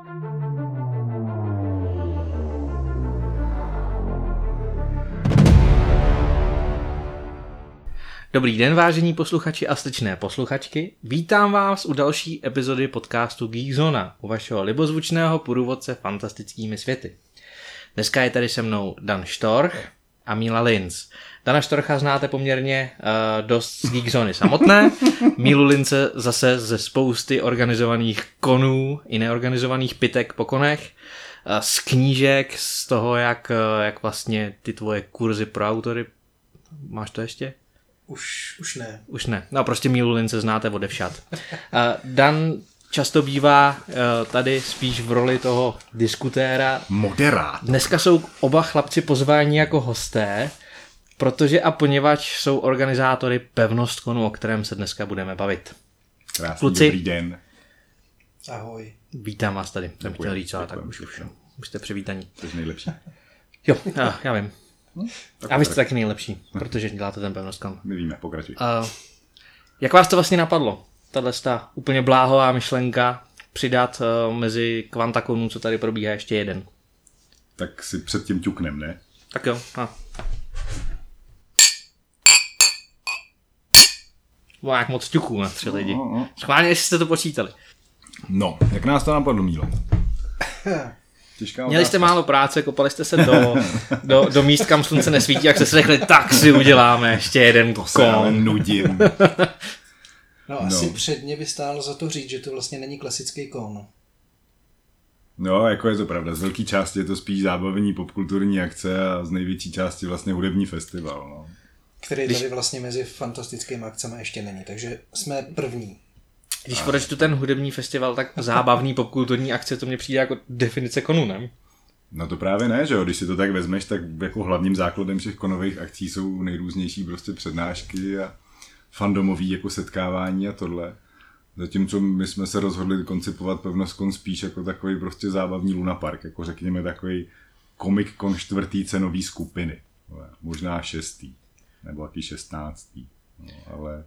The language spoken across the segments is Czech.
Dobrý den, vážení posluchači a styčné posluchačky. Vítám vás u další epizody podcastu Geekzona, u vašeho libozvučného průvodce fantastickými světy. Dneska je tady se mnou Dan Štorch a Míla Linz. Dana Štorcha znáte poměrně dost z Geekzony samotné, Mílu Linze zase ze spousty organizovaných konů i neorganizovaných pitek po konech, z knížek, z toho, jak vlastně ty tvoje kurzy pro autory, máš to ještě? Už ne. Už ne. No prostě Mílu Linze znáte odevšad. Dan často bývá tady spíš v roli toho diskutéra. Moderátor. Dneska jsou oba chlapci pozváni jako hosté, protože a poněvadž jsou organizátory PevnostConu, o kterém se dneska budeme bavit. Krásný Kluci, dobrý den. Ahoj. Vítám vás tady. Jsem chtěl říct, ale tak už jste přivítaní. To je nejlepší. Jo, já vím. A vy jste taky nejlepší, protože děláte ten PevnostCon. My víme, pokračuj. Jak vás to vlastně napadlo? Tahle úplně bláhová myšlenka přidat mezi kvantakonů, co tady probíhá, ještě jeden. Tak si před tím ťuknem, ne? Tak jo. Bylo jak moc ťuků na 3 lidi. Schválně, jestli jste to počítali. No, jak nás to napadlo, Mílo? Měli jste málo práce, kopali jste se do míst, kam slunce nesvítí, jak jste si řekli, tak si uděláme ještě jeden kon. Se ale nudím. No asi předně by stálo za to říct, že to vlastně není klasický kon. No, jako je to pravda. Z velké části je to spíš zábavní popkulturní akce a z největší části vlastně hudební festival. No. Který tady vlastně mezi fantastickými akcemi ještě není, takže jsme první. Když počtu ten hudební festival, tak zábavný popkulturní akce, to mně přijde jako definice konu, ne? No to právě ne, že jo, když si to tak vezmeš, tak jako hlavním základem všech konových akcí jsou nejrůznější prostě přednášky a fandomový jako setkávání a tohle. Zatímco my jsme se rozhodli koncipovat PevnostCon spíš jako takový prostě zábavní lunapark, jako řekněme takový Comic Con 4. cenový skupiny, možná 6. nebo taky 16. No, ale...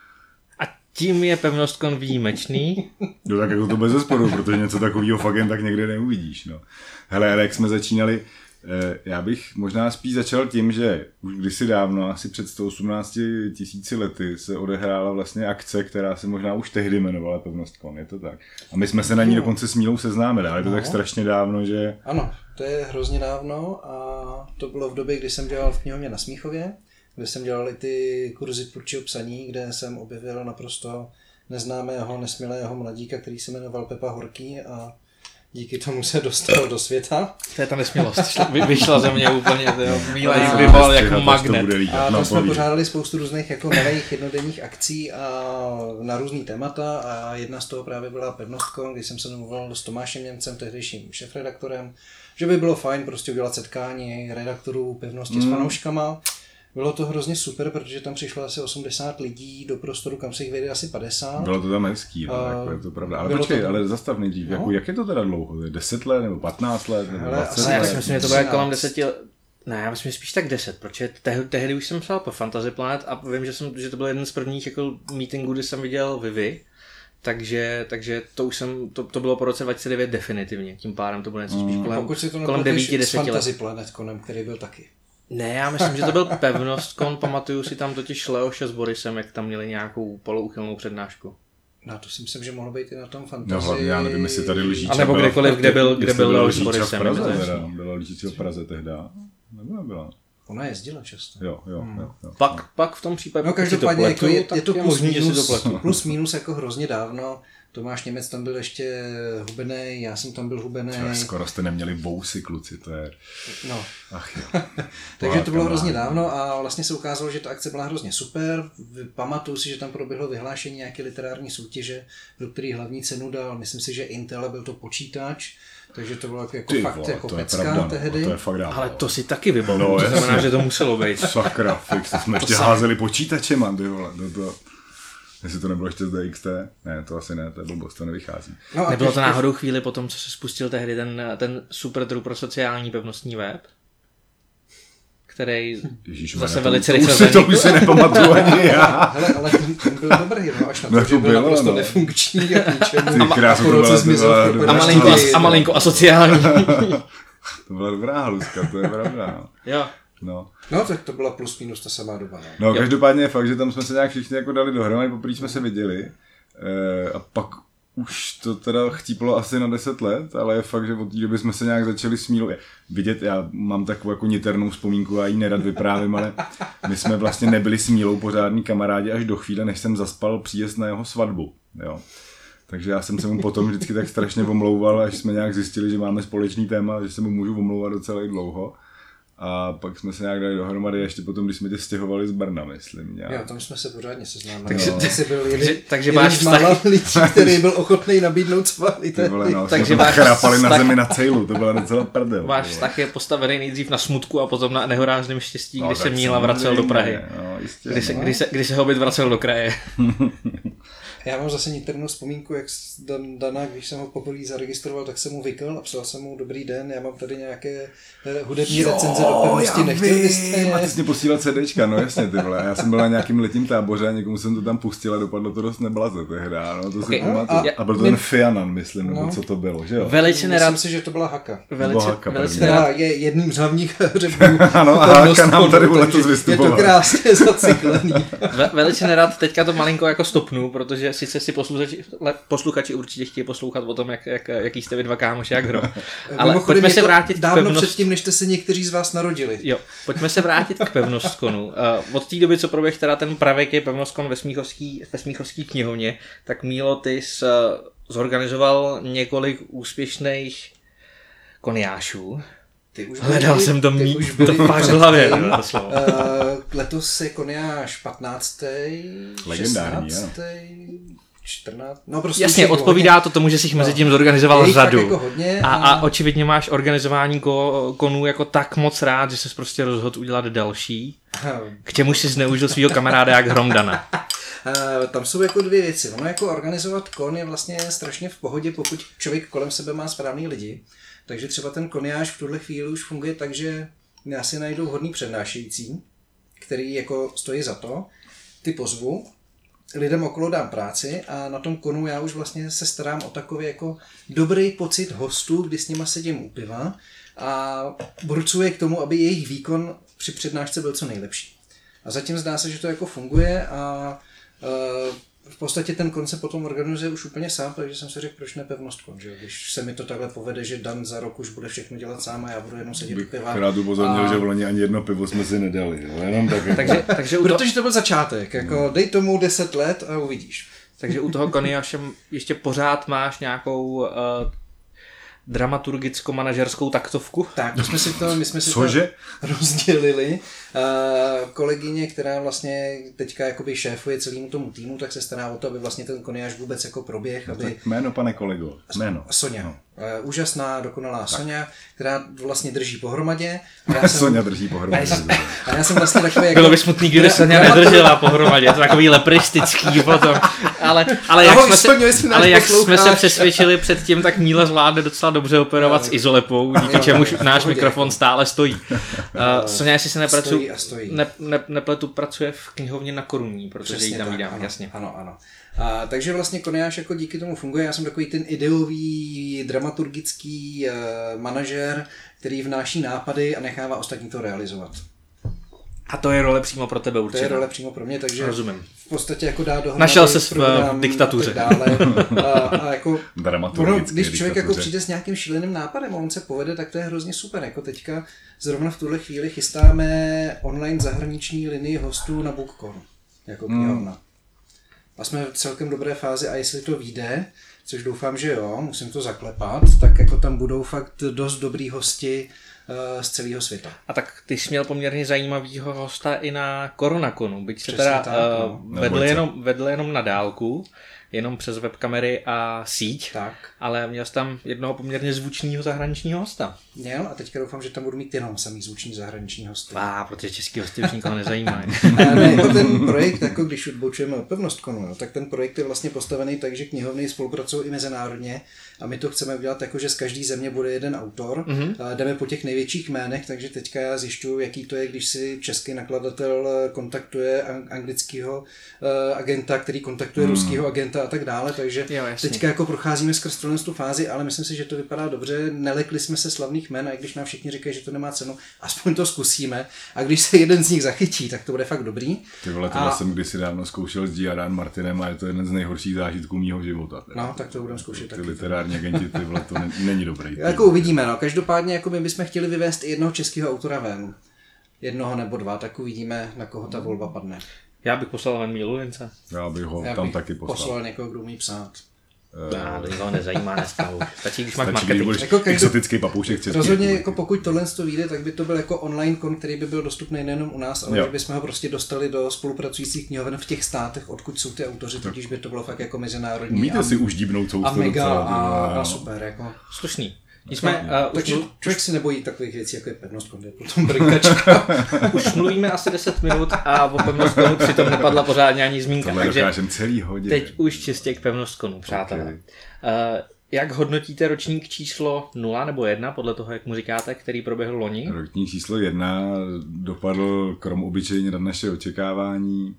Tím je PevnostCon výjimečný. No tak jako to bez zesporu, protože něco takového fakt jen tak někde neuvidíš. No. Hele, ale jak jsme začínali, já bych možná spíš začal tím, že už kdysi dávno, asi před 118 000 lety, se odehrála vlastně akce, která se možná už tehdy jmenovala PevnostCon, je to tak. A my jsme se na ní dokonce s Mílou seznámili, ale je to tak strašně dávno, že... Ano, to je hrozně dávno a to bylo v době, kdy jsem dělal v knihovně na Smíchově, kde jsem dělal i ty kurzy tvůrčího psaní, kde jsem objevil naprosto neznámého, nesmělého mladíka, který se jmenoval Pepa Horký a díky tomu se dostal do světa. To je ta nesmělost. Vyšla ze mě úplně, Míla jich vyval jako magnet. A tam jsme pořádali spoustu různých jako malých jednodenních akcí a na různý témata a jedna z toho právě byla PevnostCon, kdy jsem se domluvil s Tomášem Němcem, tehdejším šéfredaktorem, že by bylo fajn prostě udělat setkání redaktorů pevnosti s fanouškama. Bylo to hrozně super, protože tam přišlo asi 80 lidí do prostoru, kam se jich vejde asi 50. Bylo to tam hezký, jako je to pravda. Ale počkej, ale zastav nejdřív, jako, jak je to teda dlouho? 10 let, nebo 15 let, nebo 20 let? Já si myslím, že to bude kolem 10 let. Ne, já myslím, že spíš tak 10, protože tehdy už jsem psal po Fantasy Planet a vím, že to byl jeden z prvních jako meetingů, kdy jsem viděl Vivi. Takže to už to bylo po roce 2009 definitivně, tím pádem to bude něco spíš kolem 9-10 let. S Fantasy Planet konem, který byl taky. Ne, já myslím, že to byl PevnostCon, pamatuju si tam totiž Leoše s Borisem, jak tam měli nějakou polouchylnou přednášku. No to si myslím, že mohlo být i na tom Fantasy. No hlavně já nevím, jestli tady Lžíča. A nebo kdekoliv, kde byl Leoš s Borisem. Byla Lžíča v Praze tehda? Nebo nebyla? Ona jezdila často. Jo. Pak v tom případě, no každopádně jako je to možný, že si to pletu. Plus minus jako hrozně dávno. Tomáš Němec tam byl ještě hubenej, já jsem tam byl hubenej. Skoro jste neměli vousy, kluci, to je... No. Ach jo. Takže to bylo hrozně dávno a vlastně se ukázalo, že ta akce byla hrozně super. Pamatuju si, že tam proběhlo vyhlášení nějaké literární soutěže, pro který hlavní cenu dal, myslím si, že Intel, a byl to počítač. Takže to bylo jako fakt jako pecka tehdy. To je fakt dávno. Ale to si taky vybavu, to znamená, že to muselo být. Sakra, fix, to jsme ještě házeli počítačema, ty vole, jestli to nebylo ještě z DXT? Ne, to asi ne, to je blbost, to nevychází. No, nebylo to náhodou chvíli po tom, co se spustil tehdy ten super true pro sociální pevnostní web? který Ježišmarja, zase velice rychle to už se nepamatuju ani já. Hele, ale ten byl dobrý, no, až na to, že byl bylo, naprosto no. nefunkční a k ničemu. Ty krásu, to byla a malinko asociální. To byla dobrá haluska, to je pravda. Jo. No, tak to byla plus minus ta samá doba. No, každopádně je fakt, že tam jsme se nějak všichni jako dali dohromady, poprvé jsme se viděli. A pak už to teda chtíplo asi na 10 let, ale je fakt, že od té doby jsme se nějak začali vidět. Já mám takovou jako niternou vzpomínku a ji nerad vyprávím, ale my jsme vlastně nebyli s Mílou pořádní kamarádi až do chvíle, než jsem zaspal příjezd na jeho svatbu. Jo. Takže já jsem se mu potom vždycky tak strašně omlouval, až jsme nějak zjistili, že máme společný téma, že se mu můžu omlouvat docela dlouho. A pak jsme se nějak dali dohromady ještě potom, když jsme tě stěhovali z Brna, myslím. Nějak. Jo, tam jsme se pořádně seznámili. Takže, ty jsi byl takže jeden váš z mála lidí, který byl ochotný nabídnout svaly. Takže jsme chrápali na zemi na cejlu, to byla docela prdel. Váš vztah je postavený nejdřív na smutku a potom na nehorázném štěstí, No, kdy se Míla vracel do Prahy. No, jistě, kdy se Hobbit vracel do kraje. Já mám zase niternou vzpomínku, jak Dana, když jsem ho poprvé zaregistroval, tak jsem mu vykl a psal jsem mu dobrý den, já mám tady nějaké hudební recenze do pevnosti, nechtěl byste. A ty jsi mě posílal CDčka, no jasně, ty vole. Já jsem byl na nějakým letním táboře a někomu jsem to tam pustil a dopadlo to dost neblaze tehda, no to si pamatuju. A byl to ten Fianan, myslím, nebo co to bylo, že jo? Velice nerad. Myslím si, že to byla Haka. Velice nerad. Je jedním z hlavních hřebů. Ano, a Haka nám tady letos vystupoval. Je to krásně zacyklený. Velice nerad teďka to malinko jako stopnu, protože sice si posluchači určitě chtějí poslouchat o tom, jaký jste vy dva kámoši, jak hrom. Ale pojďme se vrátit k dávno předtím, než jste se někteří z vás narodili. Jo, pojďme se vrátit k Pevnostkonu. Od té doby, co proběh teda ten pravěký Pevnostkon ve Smíchovské knihovně, tak Mílo, ty jsi zorganizoval několik úspěšných koniášů. Hledal jsem to fakt v hlavě. Letos je koniáš 15. Legendární, 16. 14. No prostě jasně, odpovídá to tomu, že jsi mezi tím zorganizoval řadu. Jako hodně, a očividně máš organizování konů jako tak moc rád, že jsi prostě rozhodl udělat další. K čemu jsi zneužil svýho kamaráda jak Hromdana. Tam jsou jako dvě věci. Ono jako organizovat kon je vlastně strašně v pohodě, pokud člověk kolem sebe má správný lidi. Takže třeba ten koniáž v tuhle chvíli už funguje tak, že já si najdu hodný přednášející, který jako stojí za to, ty pozvu, lidem okolo dám práci a na tom konu já už vlastně se starám o takový jako dobrý pocit hostů, kdy s nima sedím u piva a burcuje k tomu, aby jejich výkon při přednášce byl co nejlepší. A zatím zdá se, že to jako funguje a v podstatě ten koncept potom organizuje už úplně sám, takže jsem si řekl, proč ne Pevnostkon, že když se mi to takhle povede, že Dan za rok už bude všechno dělat sám a já budu jenom sedět u piva. Rád upozornil, že v loni ani jedno pivo jsme si nedali, jo? Jenom tak. takže protože to byl začátek, jako dej tomu 10 let a uvidíš. Takže u toho koniáše ještě pořád máš nějakou dramaturgicko-manažerskou taktovku? Tak, my jsme si to rozdělili. Kolegyně, která vlastně teďka jakoby šéfuje celému tomu týmu, tak se stará o to, aby vlastně ten koniáž vůbec jako proběh. Aby... Tak jméno, pane kolego, jméno. Soňa. No. Úžasná, dokonalá tak. Soňa, která vlastně drží pohromadě. Soňa drží pohromadě. A já jsem vlastně takový jako... Bylo by smutný, kdyby Soňa nedržela pohromadě, to takový lepristický potom. Ale jak jsme se přesvědčili předtím, tak Míla zvládne docela dobře operovat s izolepou, díky čemuž náš mikrofon stále stojí. Soňa, jestli se nepletu, pracuje v knihovně na Korunní, protože ji tam vydám, jasně. Ano. Takže vlastně koniáš jako díky tomu funguje. Já jsem takový ten ideový, dramaturgický manažer, který vnáší nápady a nechává ostatní to realizovat. A to je role přímo pro tebe určitě. To je role přímo pro mě, takže rozumím. V podstatě jako dá dohromady. Našel ses v diktatuře. A jako, když člověk jako přijde s nějakým šíleným nápadem a on se povede, tak to je hrozně super. Jako teďka zrovna v tuhle chvíli chystáme online zahraniční linii hostů na BookCon. Jako knihovna. A jsme v celkem dobré fázi a jestli to vyjde, což doufám, že jo, musím to zaklepat, tak jako tam budou fakt dost dobrý hosti z celého světa. A tak ty jsi měl poměrně zajímavýho hosta i na Koronakonu, byť se teda vedl jenom na dálku. jenom přes webkamery a síť, Tak. ale měl jsi tam jednoho poměrně zvučného zahraničního hosta. Měl a teďka doufám, že tam budu mít jenom samý zvuční zahraniční hosty. Protože český hosty už nikoho nezajímají. Ne, jako ten projekt, jako když odbočujeme od Pevnostkonu, no, tak ten projekt je vlastně postavený tak, že knihovny spolupracují i mezinárodně a my to chceme udělat jako, že z každé země bude jeden autor. A jdeme po těch největších jménech, takže teďka já zjišťuju, jaký to je, když si český nakladatel kontaktuje anglického agenta, který kontaktuje ruského agenta a tak dále, takže teďka jako procházíme skrz tu fázi, ale myslím si, že to vypadá dobře, nelekli jsme se slavných jmen a i když nám všichni říkají, že to nemá cenu, aspoň to zkusíme a když se jeden z nich zachytí, tak to bude fakt dobrý. Ty vole, tohle jsem kdysi dávno zkoušel s G.R. Martinem a je to jeden z nejhorších zážitků mýho života. Teda. No, tak to budeme zkoušet taky. Ty literární agenti, ty vole, to není dobrý. Jako uvidíme, no. Každopádně jako my bychom chtěli vyvést i jednoho českého autora ven. Jednoho nebo dva, tak uvidíme, na koho ta volba padne. Já bych poslal ven Mílu Lince. Já bych ho tam taky poslal někoho, kdo umí psát. To někoho nezajímá dneska už. Stačí, když máš marketing. Jako exotický papoušek český. Rozhodně, jako pokud tohle to vyjde, tak by to byl jako online kon, který by byl dostupný nejenom u nás, ale že bychom ho prostě dostali do spolupracujících knihoven v těch státech, odkud jsou ty autoři, tudíž by to bylo fakt jako mezinárodní. Umíte si už díbnout a mega a super. Jako. Slušný. Takže člověk si nebojí takových věcí, jako je Pevnostkon, je potom brnkačka. Už mluvíme asi 10 minut a o Pevnostkonu přitom nepadla pořádně ani zmínka. Takže celý hodě. Teď už čistě k Pevnostkonu, přátelé. Okay. Jak hodnotíte ročník číslo 0 nebo 1, podle toho, jak mu říkáte, který proběhl loni? Ročník číslo 1 dopadl krom obyčejně na naše očekávání.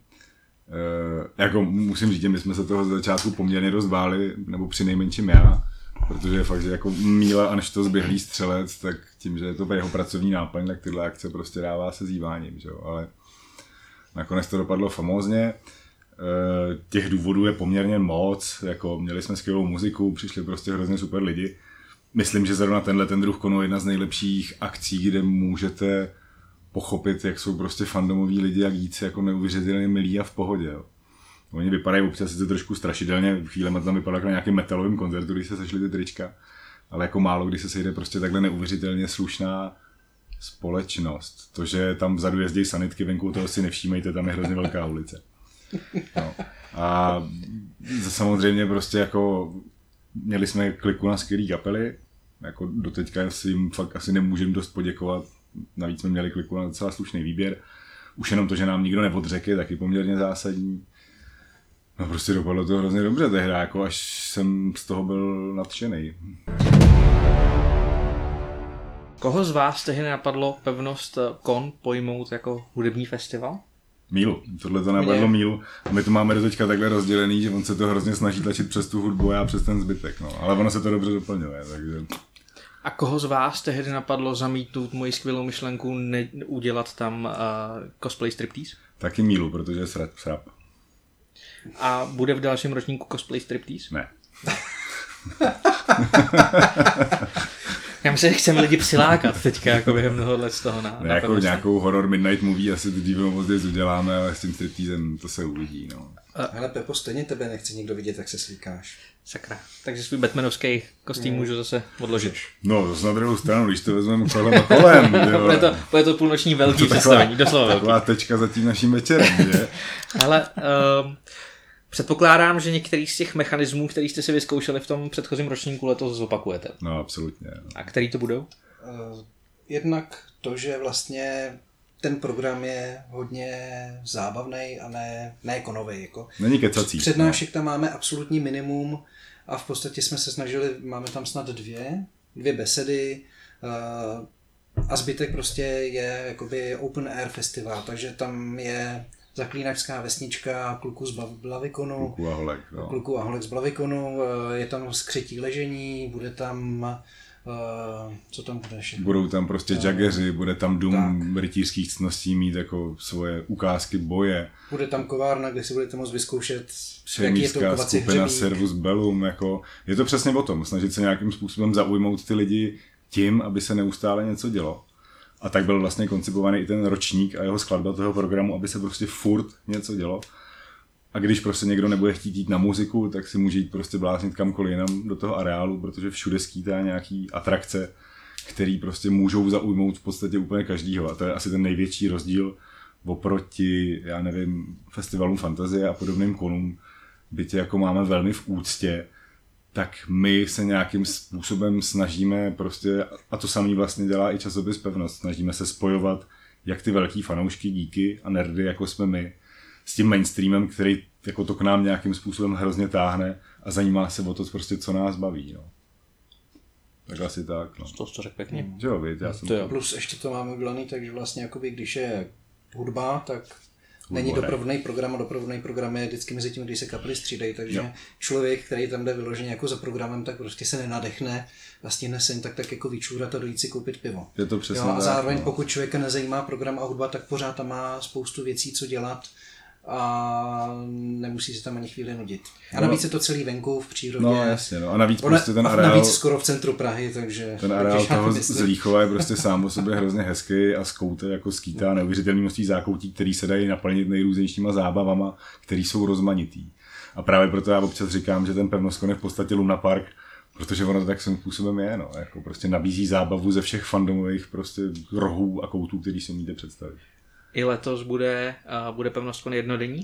Jako musím říct, my jsme se toho z začátku poměrně dost báli, nebo přinejmenším já. Protože je fakt, že jako Míla a než to zběhlý střelec, tak tím, že je to jeho pracovní náplň, tak tyhle akce prostě dává se zýváním, že jo? Ale nakonec to dopadlo famózně. Těch důvodů je poměrně moc, jako měli jsme skvělou muziku, přišli prostě hrozně super lidi. Myslím, že zrovna ten druh konu je jedna z nejlepších akcí, kde můžete pochopit, jak jsou prostě fandomoví lidi, jak jít si jako neuvěřitelně milí a v pohodě, jo? Oni vypadají občas sice trošku strašidelně, chvílema tam vypadá jako na nějakým metalovým koncertu, když se sešly ty trička, ale jako málo kdy se sejde prostě takhle neuvěřitelně slušná společnost. To, že tam vzadu jezdí sanitky, venku toho si nevšímejte, tam je hrozně velká ulice. No. A samozřejmě prostě jako měli jsme kliku na skvělý kapely, jako doteďka si jim fakt asi nemůžem dost poděkovat, navíc jsme měli kliku na docela slušný výběr. Už jenom to, že nám nikdo neodřekl, je taky poměrně zásadní. No prostě dopadlo to hrozně dobře tehdy, jako až jsem z toho byl nadšenej. Koho z vás tehdy napadlo Pevnostkon pojmout jako hudební festival? Mílu. Tohle to napadlo Mílu. A my to máme do teďka takhle rozdělený, že on se to hrozně snaží tlačit přes tu hudbu a já přes ten zbytek. No. Ale ono se to dobře doplňuje, takže... A koho z vás tehdy napadlo zamítnout moji skvělou myšlenku udělat tam cosplay striptease? Taky Mílu, protože je srap. A bude v dalším ročníku cosplay striptease? Ne. Já myslím, že chceme lidi přilákat teďka jako během mnoho let z toho na jako nějakou horror midnight movie asi to dívno později uděláme, ale s tím stripteasem to se uvidí. No. Hele Pepo, stejně tebe nechce nikdo vidět, jak se slíkáš. Sakra. Takže svůj batmanovský kostým můžu zase odložit. No, zase na druhou stranu, když to vezmeme kolem a kolem. Bude to půlnoční velký představení, doslova velký. Taková tečka za tím naším večerem, že? Ale předpokládám, že některý z těch mechanismů, který jste si vyzkoušeli v tom předchozím ročníku, letos zopakujete. No, absolutně. A který to budou? Jednak to, že vlastně ten program je hodně zábavný a ne konovej. Jako. Není kecací. Přednášek tam máme absolutní minimum a v podstatě jsme se snažili, máme tam snad dvě besedy a zbytek prostě je jakoby open air festival, takže tam je Zaklínačská vesnička kluků z Blavikonu, kluků a holek z Blavikonu, je tam skřetí ležení, bude tam co tam bude ještě? Budou tam prostě jaggeři, bude tam dům rytířských ctností mít jako svoje ukázky boje. Bude tam kovárna, kde si budete moct vyzkoušet, jaký je to kovací skupina hřebík. Servus Bellum, jako, je to přesně o tom, snažit se nějakým způsobem zaujmout ty lidi tím, aby se neustále něco dělo. A tak byl vlastně koncipovaný i ten ročník a jeho skladba toho programu, aby se prostě furt něco dělo. A když prostě někdo nebude chtít jít na muziku, tak si může jít prostě bláznit kamkoliv jinam do toho areálu, protože všude skýtá nějaký atrakce, který prostě můžou zaujmout v podstatě úplně každýho. A to je asi ten největší rozdíl oproti, já nevím, festivalům fantazie a podobným konům, byť jako máme velmi v úctě, tak my se nějakým způsobem snažíme prostě, a to samý vlastně dělá i časopis Pevnost, snažíme se spojovat jak ty velký fanoušky, díky a nerdy, jako jsme my, s tím mainstreamem, který jako to k nám nějakým způsobem hrozně táhne a zajímá se o to, prostě, co nás baví. No. Tak asi tak. No. To řekl pěkně. Jo, víte, já jsem to. Plus ještě to máme udělaný, takže vlastně jakoby, když je hudba, tak není doprovodný program a doprovodný program je vždycky mezi tím, když se kapely střídají, takže člověk, který tam jde vyloženě jako za programem, tak prostě se nenadechne a stihne sem tak jako vyčůrat a dojít si koupit pivo. Je to přesně a zároveň pokud člověka nezajímá program a hudba, tak pořád tam má spoustu věcí, co dělat a nemusí se tam ani chvíli nudit. A navíc je to celý venku v přírodě. No jasně, no. A navíc prostě ten areál... Navíc skoro v centru Prahy, takže... Ten areál toho Zlíchova je prostě sám o sobě hrozně hezký a skoute jako skýtá neuvěřitelné množství zákoutí, který se dají naplnit nejrůznějšíma zábavama, který jsou rozmanitý. A právě proto já občas říkám, že ten Pevnostkon je v podstatě Luna Park, protože ono to tak svým způsobem je, no. Jako prostě nabízí zábavu ze všech fandomových prostě rohů a koutů, který si umíte představit. I letos bude Pevnostkon jednodenní?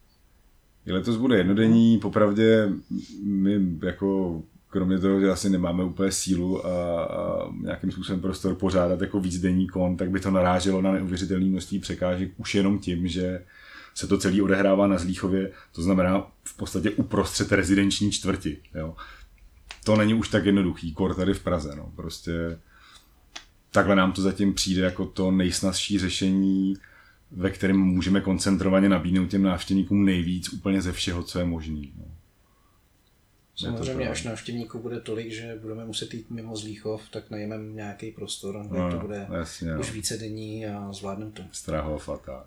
I letos bude jednodenní, popravdě my jako kromě toho, že asi nemáme úplně sílu a nějakým způsobem prostor pořádat jako vícdenní kon, tak by to naráželo na neuvěřitelné množství překážek už jenom tím, že se to celé odehrává na Zlíchově, to znamená v podstatě uprostřed rezidenční čtvrti. Jo. To není už tak jednoduchý, kor tady v Praze. No. Prostě takhle nám to zatím přijde jako to nejsnazší řešení, ve kterém můžeme koncentrovaně nabídnout těm návštěvníkům nejvíc úplně ze všeho, co je možný. No. Samozřejmě, až návštěvníků bude tolik, že budeme muset jít mimo Zlíchov, tak najmeme nějaký prostor, to bude jasně, už vícedenní a zvládneme to. Strahov a tak.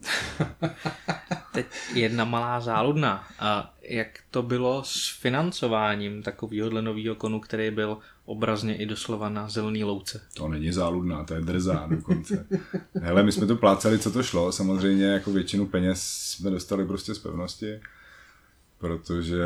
Teď jedna malá záludna. A jak to bylo s financováním takového nového konu, který byl obrazně i doslova na zelený louce? To není záludná, to je drzá dokonce. Hele, my jsme to plácali, co to šlo. Samozřejmě jako většinu peněz jsme dostali prostě z Pevnosti, protože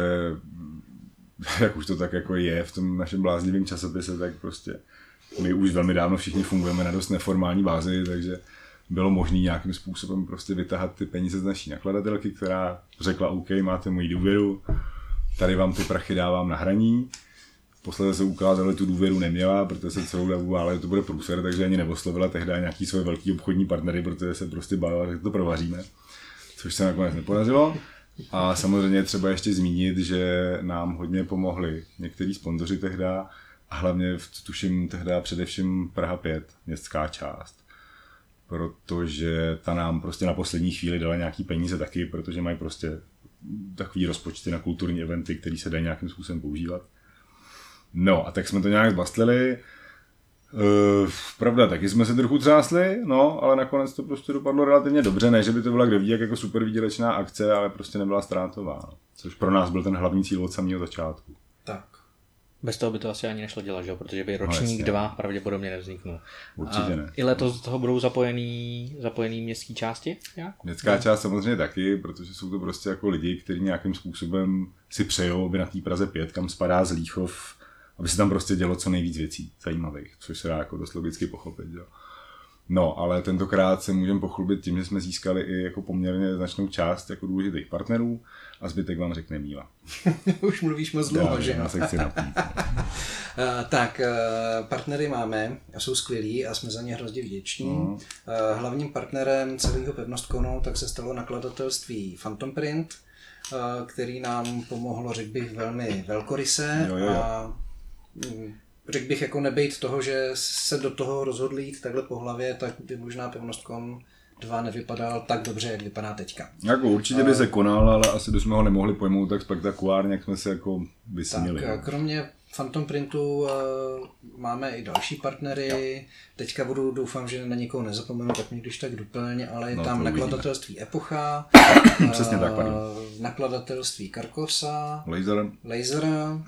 jak už to tak jako je v tom našem bláznivém časopise, tak prostě my už velmi dávno všichni fungujeme na dost neformální bázi, takže bylo možné nějakým způsobem prostě vytahat ty peníze z naší nakladatelky, která řekla OK, máte moji důvěru, tady vám ty prachy dávám na hraní. Posledně se ukázalo, že tu důvěru neměla, protože se celou dobu bála, že to bude průser, takže ani neoslovila tehdy nějaký svoje velký obchodní partnery, protože se prostě bála, že to provaříme, což se nakonec nepodařilo. A samozřejmě třeba ještě zmínit, že nám hodně pomohli někteří sponzoři tehda a hlavně tuším tehda především Praha 5, městská část. Protože ta nám prostě na poslední chvíli dala nějaký peníze taky, protože mají prostě takový rozpočty na kulturní eventy, které se dají nějakým způsobem používat. No a tak jsme to nějak zbastlili. Pravda, taky jsme se trochu třásli, no, ale nakonec to prostě dopadlo relativně dobře, ne, že by to byla kdo ví, jako super výdělečná akce, ale prostě nebyla ztrátová, no. Což pro nás byl ten hlavní cíl od samého začátku. Tak. Bez toho by to asi ani nešlo dělat, že? Protože by ročník 2 pravděpodobně nevzniknul. Určitě ne. I letos do toho budou zapojený městské části? Jak? Městská část samozřejmě taky, protože jsou to prostě jako lidi, kteří nějakým způsobem si přejou, aby na té Praze 5, kam spadá Zlíchov, aby se tam prostě dělo co nejvíc věcí zajímavých, což se dá jako dost logicky pochopit. Jo. No, ale tentokrát se můžeme pochlubit tím, že jsme získali i jako poměrně značnou část jako důležitých partnerů a zbytek vám řekne Míla. Už mluvíš moc dlouho, že? Já se chci napít. Tak, partnery máme a jsou skvělí a jsme za ně hrozně vděční. Hlavním partnerem celého Pevnostkonu tak se stalo nakladatelství Phantom Print, který nám pomohlo, řekl bych, velmi velkoryse a řekl bych, jako nebejt toho, že se do toho rozhodli jít takhle po hlavě, tak by možná Pevnostkon 2 nevypadal tak dobře, jak vypadá teďka. Jako určitě by se konal, ale asi bychom ho nemohli pojmout tak spektakulárně, jak jsme se jako vysnili. Tak kromě Phantom Printu máme i další partnery. Jo. Teďka doufám, že na někoho nezapomenu, tak mě když tak doplň, ale je tam nakladatelství Epocha, přesně tak, nakladatelství Karkosa, Laser,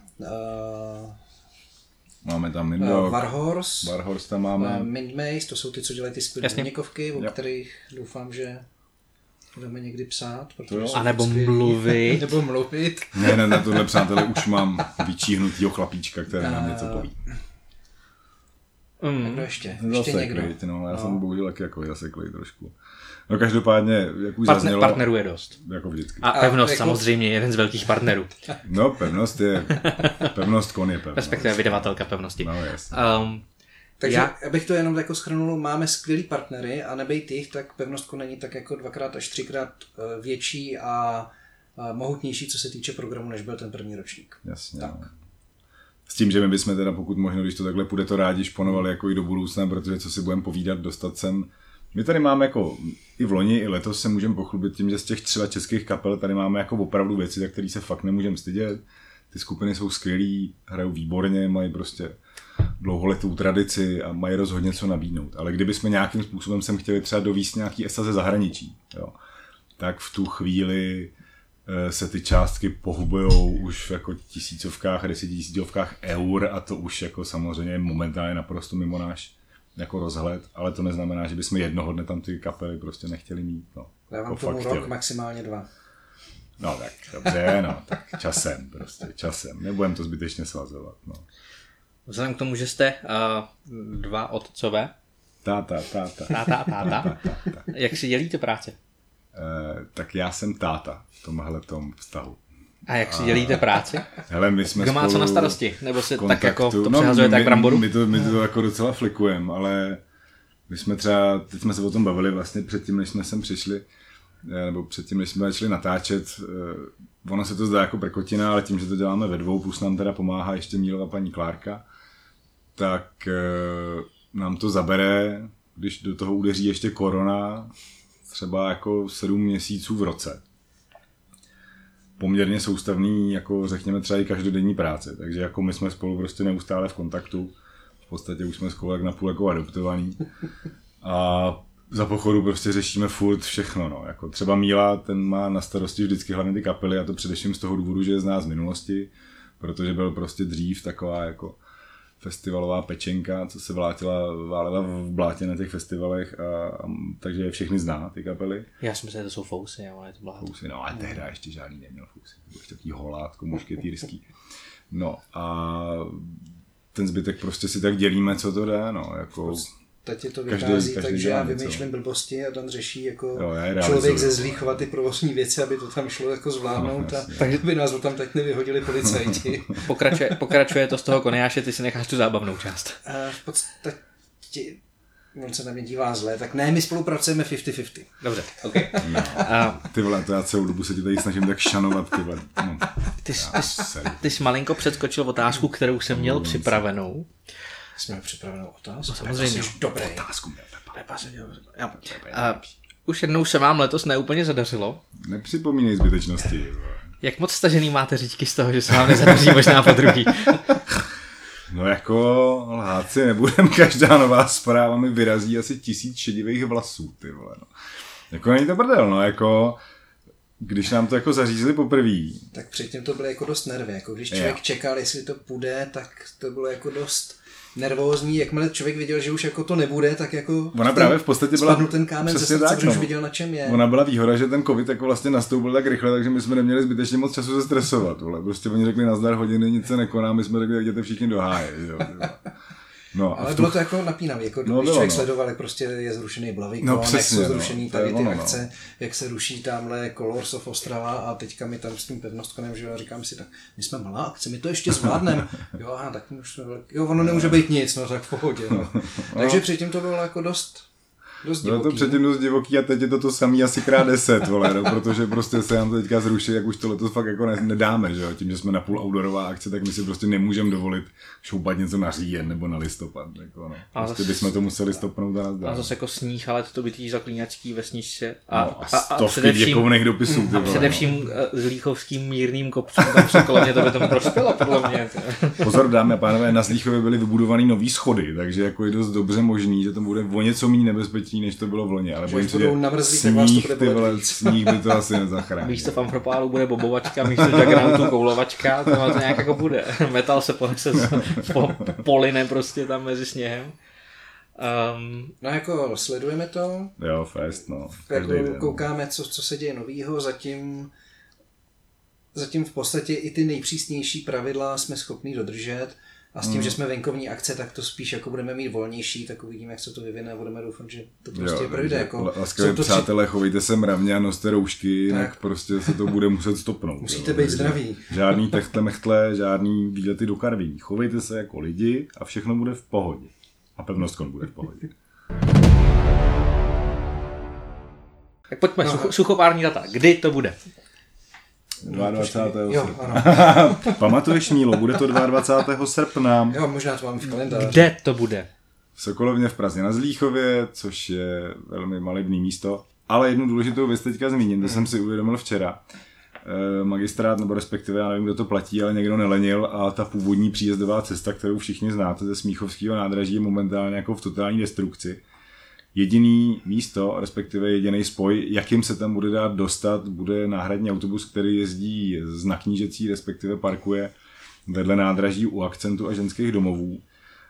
máme tam Warhorse tam máme. Mindmaze, to jsou ty, co dělají ty skvělé měkovky, o kterých doufám, že budeme někdy psát. A nebo mluvit. Nebo mluvit. Ne, na tohle přátelé už mám vyčíhnutýho chlapíčka, který nám něco poví. A kdo ještě? Ještě někdo. No, já jsem bohužel taky jako zaseklej trošku. No každopádně, jak už zaznělo... Partnerů je dost. Jako vždycky. A pevnost samozřejmě, jeden z velkých partnerů. No, pevnost kon je pevnost. Respektive vydavatelka pevnosti. No, jasně. Takže abych to jenom jako shrnul, máme skvělý partnery a nebejt jich, tak pevnost není tak jako 2x až 3x větší a mohutnější, co se týče programu, než byl ten první ročník. Jasně. Tak. No. S tím, že my bychom teda pokud možno, když to takhle půjde, to rádi šponovali jako i do budoucna, protože co si budeme povídat, dostat sem. My tady máme jako i v loni, i letos se můžeme pochlubit tím, že z těch třeba českých kapel tady máme jako opravdu věci, za které se fakt nemůžeme stydět. Ty skupiny jsou skvělý, hrajou výborně, mají prostě dlouholetou tradici a mají rozhodně co nabídnout. Ale kdybychom nějakým způsobem sem chtěli třeba dovízt nějaký esa ze zahraničí, jo, tak v tu chvíli se ty částky pohybujou už v jako tisícovkách, 10 000 eur a to už jako samozřejmě momentálně naprosto mimo náš jako rozhled, ale to neznamená, že bychom jednoho dne tam ty kapely prostě nechtěli mít. No. Dávám tomu rok, chtěli. Maximálně 2. No tak dobře, no tak časem. Nebudem to zbytečně svazovat. No. Vzhledem k tomu, že jste dva otcové. Táta. Jak si dělíte práci? Tak já jsem táta v tomhletom vztahu. A jak si dělíte práci? Hele, my jsme kdo má co na starosti? Nebo si kontaktu, tak jako to přehazujete jak bramboru? My to jako docela flikujeme, ale my jsme třeba, teď jsme se o tom bavili vlastně předtím, než jsme sem přišli, nebo předtím, než jsme začali natáčet. Ono se to zdá jako prkotina, ale tím, že to děláme ve dvou, plus nám teda pomáhá ještě Mílova paní Klárka, tak nám to zabere, když do toho udeří ještě korona, třeba jako 7 měsíců v roce. Poměrně soustavný, jako řekněme třeba i každodenní práce, takže jako my jsme spolu prostě neustále v kontaktu, v podstatě už jsme spolu jak napůl jako adoptovaní a za pochodu prostě řešíme furt všechno, no. Jako třeba Míla, ten má na starosti vždycky hlavně ty kapely a to především z toho důvodu, že je zná z minulosti, protože byl prostě dřív taková jako festivalová pečenka, co se válila v blátě na těch festivalech a takže je všechny zná, ty kapely. Já si myslím, že to jsou fousy, ale je to blát. Fousy, no ale tehdy ještě žádný neměl fousy, to byl ještě takový holátko, mušketýrský. No a ten zbytek prostě si tak dělíme, co to dá, no, jako... Teď je to vychází, takže já vymýšlím blbosti a Dan řeší jako člověk ze Zlíchova ty provozní věci, aby to tam šlo jako zvládnout a takže by nás tam teď nevyhodili policajti. Pokračuje to z toho Koniáše, ty si necháš tu zábavnou část. V podstatě, on se na mě dívá zle, tak ne, my spolupracujeme 50-50. Dobře, ok. No. Ty vole, to já celou dobu se ti tady snažím tak šanovat, ty vole. No. Ty jsi malinko předskočil otázku, kterou jsem měl připravenou. Jsme měli připravenou otázku. No, samozřejmě. Dobrý. Otázku měl Pepa. Už jednou se vám letos neúplně zadařilo. Nepřipomínej zbytečnosti. Jak moc stažený máte říčky z toho, že se vám nezadaří možná po druhý? No jako lháci nebudem, každá nová zpráva mi vyrazí asi 1000 šedivých vlasů, ty vole, no. Jako není to brdel, no, jako když nám to jako zařízli poprvé. Tak předtím to bylo jako dost nervy, jako když člověk čekal, jestli to půjde, tak to bylo jako dost nervózní, jakmile člověk viděl, že už jako to nebude, tak jako ona právě v podstatě byla spadnul ten kámen ze srdce, protože už viděl, na čem je. Ona byla výhoda, že ten covid jako vlastně nastoupil tak rychle, takže my jsme neměli zbytečně moc času se stresovat, vole. Prostě oni řekli nazdar hodiny, nic se nekoná, my jsme řekli, jděte všichni do háje, jo. No, ale bylo to jako napínavý, jako když člověk sledoval, jak prostě je zrušený Blavikon, jak jsou zrušený tady ty akce, jak se ruší tamhle Colors of Ostrava a teďka my tam s tím pevnostkonem, že říkám si, tak my jsme malá akce, my to ještě zvládneme. Jo, aha, tak už jsme velký. Jo, ono nemůže být nic, no tak v pohodě. No. Takže předtím to bylo jako dost divoký. Bylo to předtím dost divoký a teď je to samý asi krát 10, vole, no, protože prostě se nám to teďka zruší, jak už to letos fakt jako nedáme, že jo, tím, že jsme na půl outdoorová akce, tak my si prostě nemůžeme dovolit šoupat něco na říjen nebo na listopad, jako no. Prostě bychom to museli stopnout a nazdát. A zase jako sníh, ale to by tý zaklínačský vesničce a stovky děkovných dopisů, ty vole, především s líchovským mírným kopcům, tam se kolem mě to by tomu prospělo, podle mě. Pozor, dámy a pánové, na Zlíchově byly vybudovaný nový schody, takže jako je dost dobře možný, že to bude o něco méně nebezpečný, než to bylo v loni, ale bojím se, že sníh by to asi nezachránil. Místo v Ampropálu bude bobovačka, místo Juggernautu koulovačka, to nějak jako bude. Metal se ponese poline prostě tam mezi sněhem. No jako sledujeme to. Jo, fest, no. Jako koukáme, co se děje novýho, zatím v podstatě i ty nejpřísnější pravidla jsme schopni dodržet. A s tím, že jsme venkovní akce, tak to spíš jako budeme mít volnější, tak uvidíme, jak se to vyvine a budeme doufat, že to prostě projde. Jako, laskavě přátelé, chovejte se mravně a noste roušky, jinak prostě se to bude muset stopnout. Musíte být zdraví. Žádný techtle, žádný výlety do Karviní. Chovejte se jako lidi a všechno bude v pohodě. A Pevnostkon bude v pohodě. Tak pojďme, suchovární data. Kdy to bude? 22. srpna. Pamatuješ, Mílo, bude to 22. srpna. Jo, možná to mám v kalendáři. Kde to bude? V Sokolovně v Praze na Zlíchově, což je velmi malebný místo. Ale jednu důležitou věc teďka zmíním, to jsem si uvědomil včera. Magistrát, nebo respektive, já nevím, kdo to platí, ale někdo nelenil a ta původní příjezdová cesta, kterou všichni znáte ze Smíchovského nádraží, je momentálně jako v totální destrukci. Jediný místo, respektive jediný spoj, jakým se tam bude dát dostat, bude náhradní autobus, který jezdí z Naknížecí, respektive parkuje vedle nádraží u Akcentu a ženských domovů.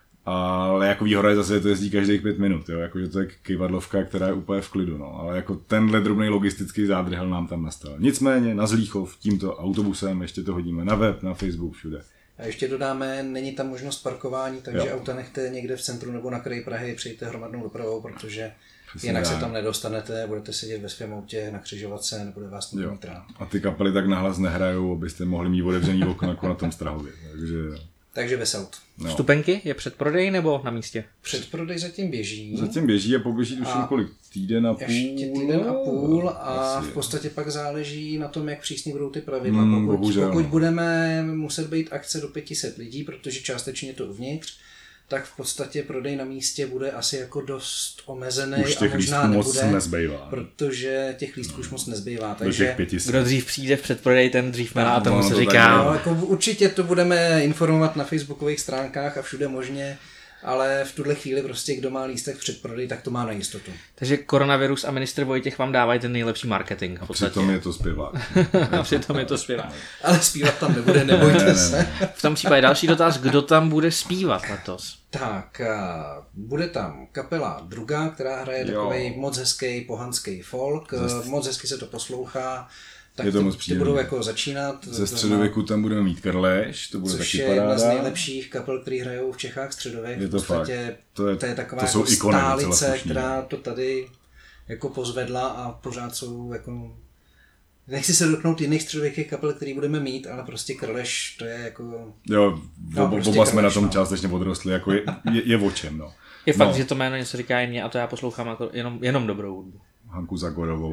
Ale jako výhoda je zase, to jezdí každých 5 minut, jo? Jakože to je kejvadlovka, která je úplně v klidu, no. Ale jako tenhle drobný logistický zádrhel nám tam nastal. Nicméně na Zlíchov tímto autobusem, ještě to hodíme na web, na Facebook, všude. A ještě dodáme, není tam možnost parkování, takže jo. Auta nechte někde v centru nebo na kraji Prahy, přijďte hromadnou dopravou, protože jinak se tam nedostanete, budete sedět ve svém autě na křižovatce, nebude vás nikdo mít rád. A ty kapely tak nahlas nehrajou, abyste mohli mít otevřený okno jako na tom Strahově. Takže bez aut. No. Vstupenky je předprodej nebo na místě? Předprodej zatím běží. Zatím běží a poběží tuším kolik? Týden a půl? Ještě týden a půl a v podstatě pak záleží na tom, jak přísně budou ty pravidla. Pokud budeme muset být akce do 500 lidí, protože částečně to uvnitř, tak v podstatě prodej na místě bude asi jako dost omezený už těch a možná lístků nebude, moc nezbývá. Protože těch lístků už moc nezbývá. Takže kdo dřív přijde v předprodej, ten dřív má a tomu se říká. No, jako určitě to budeme informovat na facebookových stránkách a všude možně, ale v tuhle chvíli prostě kdo má lístek v předprodej, tak to má na jistotu. Takže koronavirus a ministr Vojtěch vám dávají ten nejlepší marketing. A přitom je to zpěvák. A přitom je to zpěvák. Ale zpívat tam nebude, nebojte se. V tom případě další dotaz, kdo tam bude zpívat letos? Tak, bude tam kapela Druga, která hraje takovej moc hezký pohanský folk, moc hezky se to poslouchá. Tak je to moc příjemné. Ty budou jako začínat. Ze středověku tam budeme mít Krleš, to bude taky paráda. Což je jedna z nejlepších kapel, který hrajou v Čechách středověk. Je to v podstatě fakt. To je taková to jako ikony, stálice, která to tady jako pozvedla a pořád jsou jako... Nechci se dotknout jiných středověkých kapel, který budeme mít, ale prostě Krleš, to je jako... Jo, prostě oba jsme na tom částečně odrostli, jako je o čem, no. Je fakt, že to jméno něco říká i mě a to já poslouchám jako jenom dobrou hudbu. Hanku Zagorovou.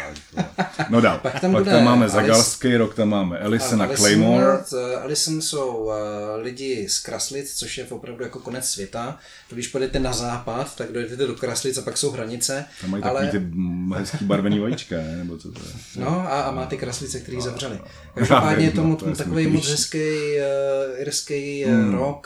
No dál. Pak tam máme Zagalský rok, tam máme Allison a Claymore. Allison jsou lidi z Kraslic, což je opravdu jako konec světa. Když půjdete na západ, tak dojdete do Kraslic a pak jsou hranice. Tam mají takový ty hezký barvený vajíčka, ne? Nebo co to je? No a má ty Kraslice, který zavřeli. Každopádně je tomu takový moc hezký irský rock,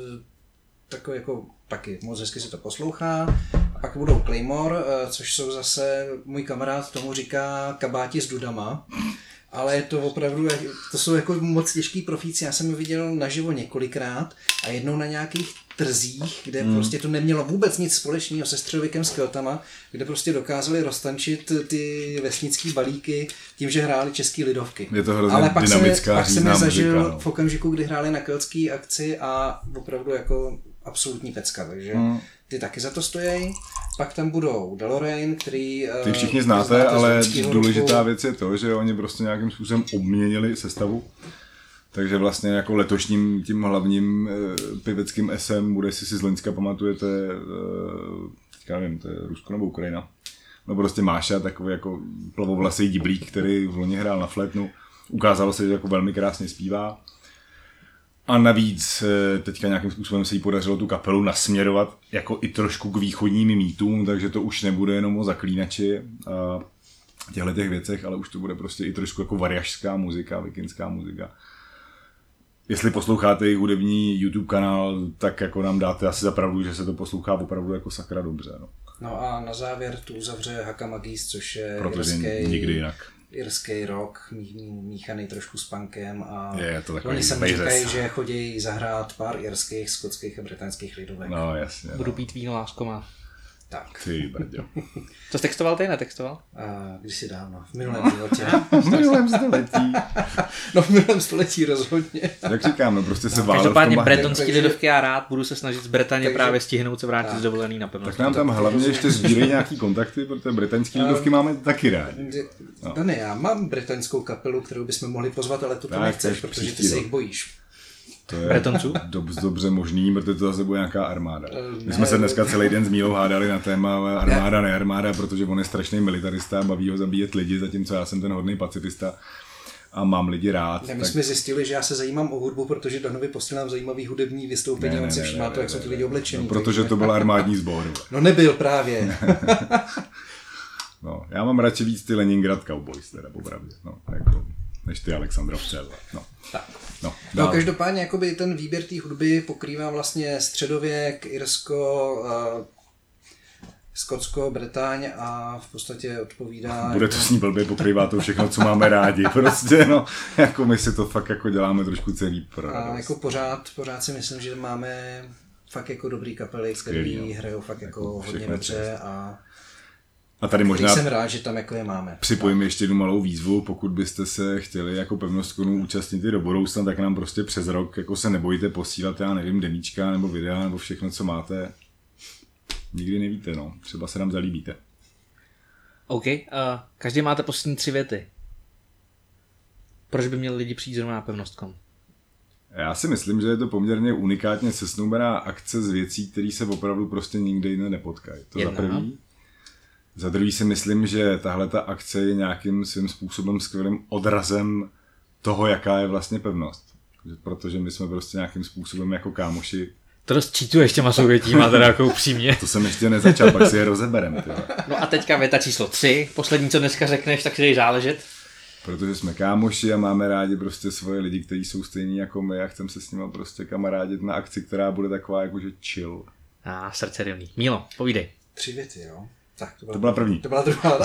takový jako taky moc hezky se to poslouchá. A pak budou Claymore, což jsou zase, můj kamarád tomu říká kabáti s dudama. Ale je to opravdu, to jsou jako moc těžký profíci. Já jsem je viděl naživo několikrát a jednou na nějakých trzích, kde prostě to nemělo vůbec nic společného se středověkem s Keltama, kde prostě dokázali roztančit ty vesnický balíky tím, že hráli český lidovky. Je to hrozně dynamická, pak jsem je zažil v okamžiku, kdy hráli na keltský akci a opravdu jako absolutní pecka, takže ty taky za to stojí. Pak tam budou Deloraine, který... Ty všichni znáte, ale důležitá věc je to, že oni prostě nějakým způsobem obměnili sestavu. Takže vlastně jako letošním tím hlavním piveckým SM bude, jestli si z Loňska pamatujete, teďka nevím, to je Rusko nebo Ukrajina. No prostě Máša, takový jako plavovlasý diblík, který v loni hrál na flétnu. Ukázalo se, že jako velmi krásně zpívá. A navíc teďka nějakým způsobem se jí podařilo tu kapelu nasměrovat jako i trošku k východním mýtům, takže to už nebude jenom o zaklínači a těchto těch věcech, ale už to bude prostě i trošku jako variašská muzika, vikinská muzika. Jestli posloucháte jejich hudební YouTube kanál, tak jako nám dáte asi za pravdu, že se to poslouchá opravdu jako sakra dobře. No a na závěr tu uzavře Haka Magis, což je nikdy jinak. Irský rock, míchaný trošku s punkem a oni sami říkají, že chodí zahrát pár irských, skotských a britanských lidovek. No jasně. Budu pít víno, lásko má. Tak. Ty brďo. Co jsi textoval ty, netextoval? Kdysi dávno, v minulém životě. V minulém století. No v minulém století rozhodně. Jak říkám, no prostě se válel v tom Každopádně bahně. bretonský lidovky já rád, budu se snažit z Bretaně takže- právě stihnout se vrátit z dovolený na pevnost. Tak nám tam hlavně ještě sbírej nějaký kontakty, protože bretonský lidovky máme taky rádi. Dane, já mám britanskou kapelu, kterou bychom mohli pozvat, ale to Tak, nechceš, to je protože ty příští se rok. jich bojíš. To je Bretonců? dobře možný, protože to zase bude nějaká armáda. My jsme se dneska celý den s Mílou hádali na téma armáda, nearmáda, protože on je strašný militarista, baví ho zabíjet lidi, zatímco já jsem ten hodný pacifista a mám lidi rád. My jsme zjistili, že já se zajímám o hudbu, protože Danovi posílám zajímavý hudební vystoupení, on se všímá to, jak jsou ty lidi oblečení. No, protože to byl armádní sbor. No nebyl právě. No, já mám radši víc ty Leningrad Cowboys, teda popravdě, no, jako, než ty Alexandrovce. No. Tak. No, No každopádně jakoby ten výběr té hudby pokrývá vlastně středověk, Irsko, Skotsko, Bretaň a v podstatě odpovídá... Bude to s ní blbě, pokrývá to všechno, co máme rádi, prostě, no, jako my si to fakt jako děláme trošku celý pro A radost. jako pořád si myslím, že máme fakt jako dobrý kapely, který hrajou fakt jako hodně všechno dobře A tady možná jsem rád, že tam jako je máme. připojím ještě jednu malou výzvu, pokud byste se chtěli jako pevnostkonů účastnit i do budoucna, tak nám prostě přes rok jako se nebojte posílat, já nevím, demíčka nebo videa nebo všechno, co máte. Nikdy nevíte, no. Třeba se nám zalíbíte. OK, každý máte poslední 3 věty. Proč by měli lidi přijít zrovna na pevnost.com? Já si myslím, že je to poměrně unikátně sesnoubená akce z věcí, které se opravdu prostě nikde jinde nepotkají. To za první. Za druhý si myslím, že tahle ta akce je nějakým svým způsobem skvělým odrazem toho, jaká je vlastně pevnost. Protože my jsme prostě nějakým způsobem jako kámoši. To dost čítuješ těma souvětíma, teda jako upřímně. To jsem ještě nezačal, pak si je rozeberem. No a teďka věta číslo 3. Poslední, co dneska řekneš, tak si dej záležet. Protože jsme kámoši a máme rádi prostě svoje lidi, kteří jsou stejní jako my a chceme se s nimi prostě kamarádit na akci, která bude taková jakože chill. Srdce rivný. Mílo, povídej. 3 věty, jo? Tak, To byla první. To byla druhá.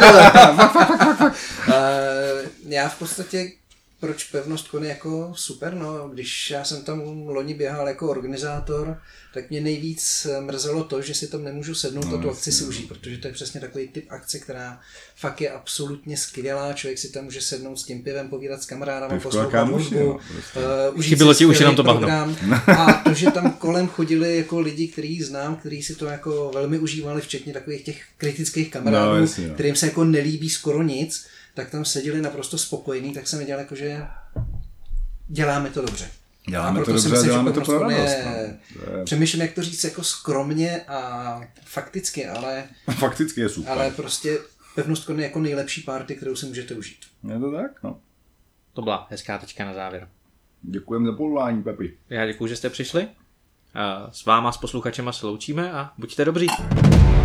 Já v podstatě, proč pevnost Kon je jako super, no, když já jsem tam loni běhal jako organizátor, tak mě nejvíc mrzelo to, že si tam nemůžu sednout a tu akci si užít, protože to je přesně takový typ akce, která fakt je absolutně skvělá, člověk si tam může sednout s tím pivem, povídat s kamarádama, poslouchat hudbu, užít si ti už jenom to program. A to, že tam kolem chodili jako lidi, který znám, kteří si to jako velmi užívali, včetně takových těch kritických kamarádů, jasně, kterým se jako nelíbí skoro nic, tak tam seděli naprosto spokojení, tak jsem viděl, jako, že děláme to dobře. Děláme to dobře a děláme to pro radost. Přemýšlím, jak to říct jako skromně a fakticky, ale... Fakticky je super. Ale prostě pevnost Kon je jako nejlepší party, kterou si můžete užít. Je to tak, no. To byla hezká tečka na závěr. Děkujeme za povolání, Pepi. Já děkuju, že jste přišli. S váma, s posluchačema se loučíme a buďte dobří.